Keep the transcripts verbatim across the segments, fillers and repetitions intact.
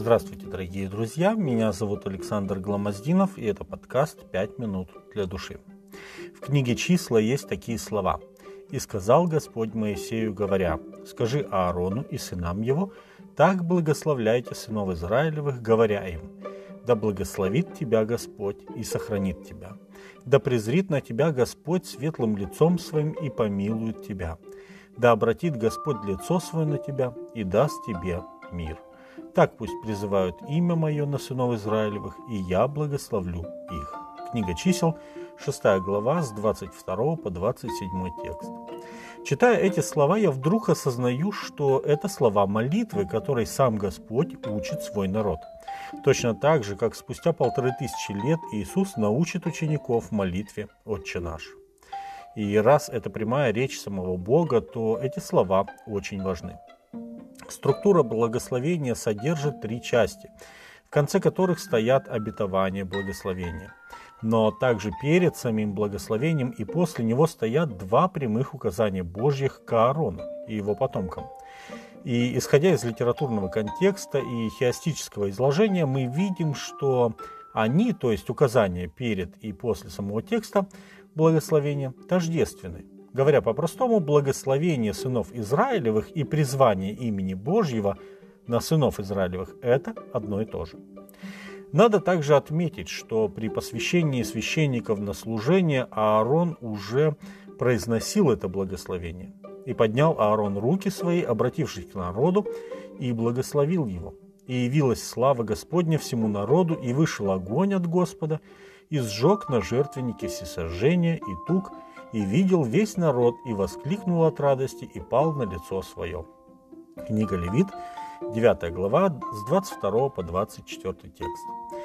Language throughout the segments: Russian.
Здравствуйте, дорогие друзья, меня зовут Александр Гламоздинов, и это подкаст «пять минут для души». В книге «Числа» есть такие слова. «И сказал Господь Моисею, говоря, скажи Аарону и сынам его, так благословляйте сынов Израилевых, говоря им, да благословит тебя Господь и сохранит тебя, да презрит на тебя Господь светлым лицом своим и помилует тебя, да обратит Господь лицо свое на тебя и даст тебе мир. Так пусть призывают имя мое на сынов Израилевых, и я благословлю их». Книга Чисел, шестая глава, с двадцать второго по двадцать седьмой текст. Читая эти слова, я вдруг осознаю, что это слова молитвы, которой сам Господь учит свой народ. Точно так же, как спустя полторы тысячи лет Иисус научит учеников молитве «Отче наш». И раз это прямая речь самого Бога, то эти слова очень важны. Структура благословения содержит три части, в конце которых стоят обетования благословения. Но также перед самим благословением и после него стоят два прямых указания Божьих к Аарону и его потомкам. И исходя из литературного контекста и хиастического изложения, мы видим, что они, то есть указания перед и после самого текста благословения, тождественны. Говоря по-простому, благословение сынов Израилевых и призвание имени Божьего на сынов Израилевых – это одно и то же. Надо также отметить, что при посвящении священников на служение Аарон уже произносил это благословение. «И поднял Аарон руки свои, обратившись к народу, и благословил его. И явилась слава Господня всему народу, и вышел огонь от Господа, и сжег на жертвеннике всесожжения и тук, и видел весь народ, и воскликнул от радости, и пал на лицо свое». Книга Левит, девятая глава, с двадцать второго по двадцать четвёртый текст.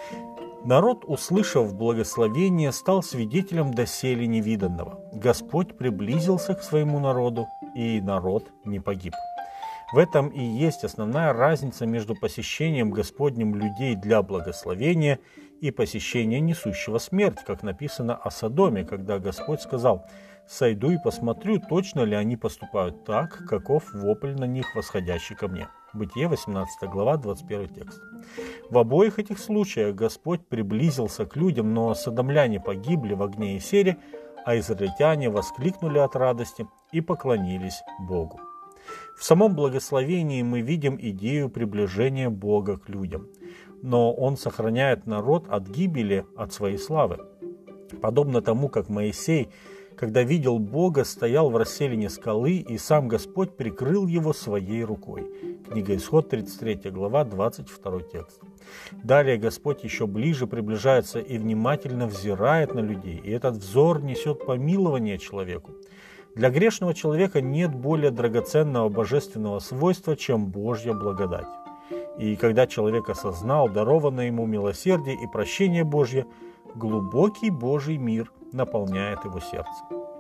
Народ, услышав благословение, стал свидетелем доселе невиданного. Господь приблизился к своему народу, и народ не погиб. В этом и есть основная разница между посещением Господним людей для благословения и посещением несущего смерть, как написано о Содоме, когда Господь сказал: «Сойду и посмотрю, точно ли они поступают так, каков вопль на них, восходящий ко мне». Бытие, восемнадцатая глава, двадцать первый текст. В обоих этих случаях Господь приблизился к людям, но содомляне погибли в огне и сере, а израильтяне воскликнули от радости и поклонились Богу. В самом благословении мы видим идею приближения Бога к людям, но Он сохраняет народ от гибели, от своей славы. Подобно тому, как Моисей, когда видел Бога, стоял в расселине скалы, и сам Господь прикрыл его своей рукой. Книга Исход, тридцать третья глава, двадцать второй текст. Далее Господь еще ближе приближается и внимательно взирает на людей, и этот взор несет помилование человеку. Для грешного человека нет более драгоценного божественного свойства, чем Божья благодать. И когда человек осознал дарованное ему милосердие и прощение Божье, глубокий Божий мир наполняет его сердце.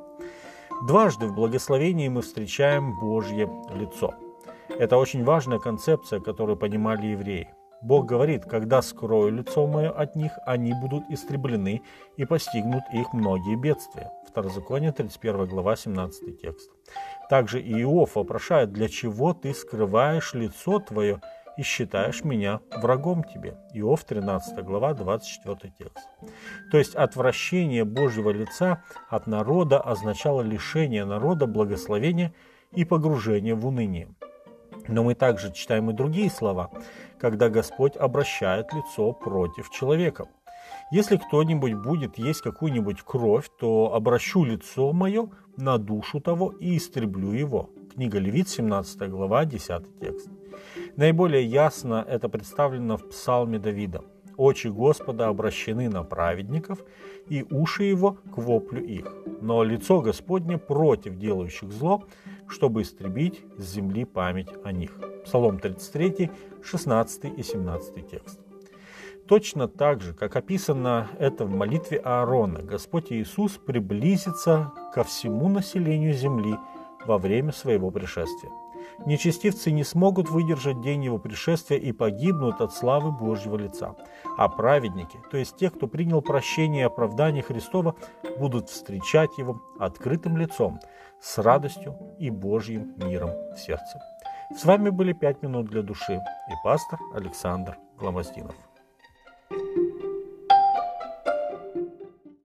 Дважды в благословении мы встречаем Божье лицо. Это очень важная концепция, которую понимали евреи. Бог говорит: «Когда скрою лицо мое от них, они будут истреблены, и постигнут их многие бедствия». Второзаконие, тридцать первая глава, семнадцатый текст. Также Иов вопрошает: «Для чего ты скрываешь лицо твое и считаешь меня врагом тебе?» Иов, тринадцатая глава, двадцать четвёртый текст. То есть отвращение Божьего лица от народа означало лишение народа благословения и погружение в уныние. Но мы также читаем и другие слова, когда Господь обращает лицо против человека. «Если кто-нибудь будет есть какую-нибудь кровь, то обращу лицо мое на душу того и истреблю его». Книга Левит, семнадцатая глава, десятый текст. Наиболее ясно это представлено в Псалме Давида. «Очи Господа обращены на праведников, и уши его к воплю их, но лицо Господне против делающих зло, чтобы истребить с земли память о них». Псалом тридцать три, шестнадцатый и семнадцатый текст. Точно так же, как описано это в молитве Аарона, Господь Иисус приблизится ко всему населению земли во время своего пришествия. Нечестивцы не смогут выдержать день его пришествия и погибнут от славы Божьего лица. А праведники, то есть те, кто принял прощение и оправдание Христова, будут встречать его открытым лицом, с радостью и Божьим миром в сердце. С вами были «Пять минут для души» и пастор Александр Гломоздинов.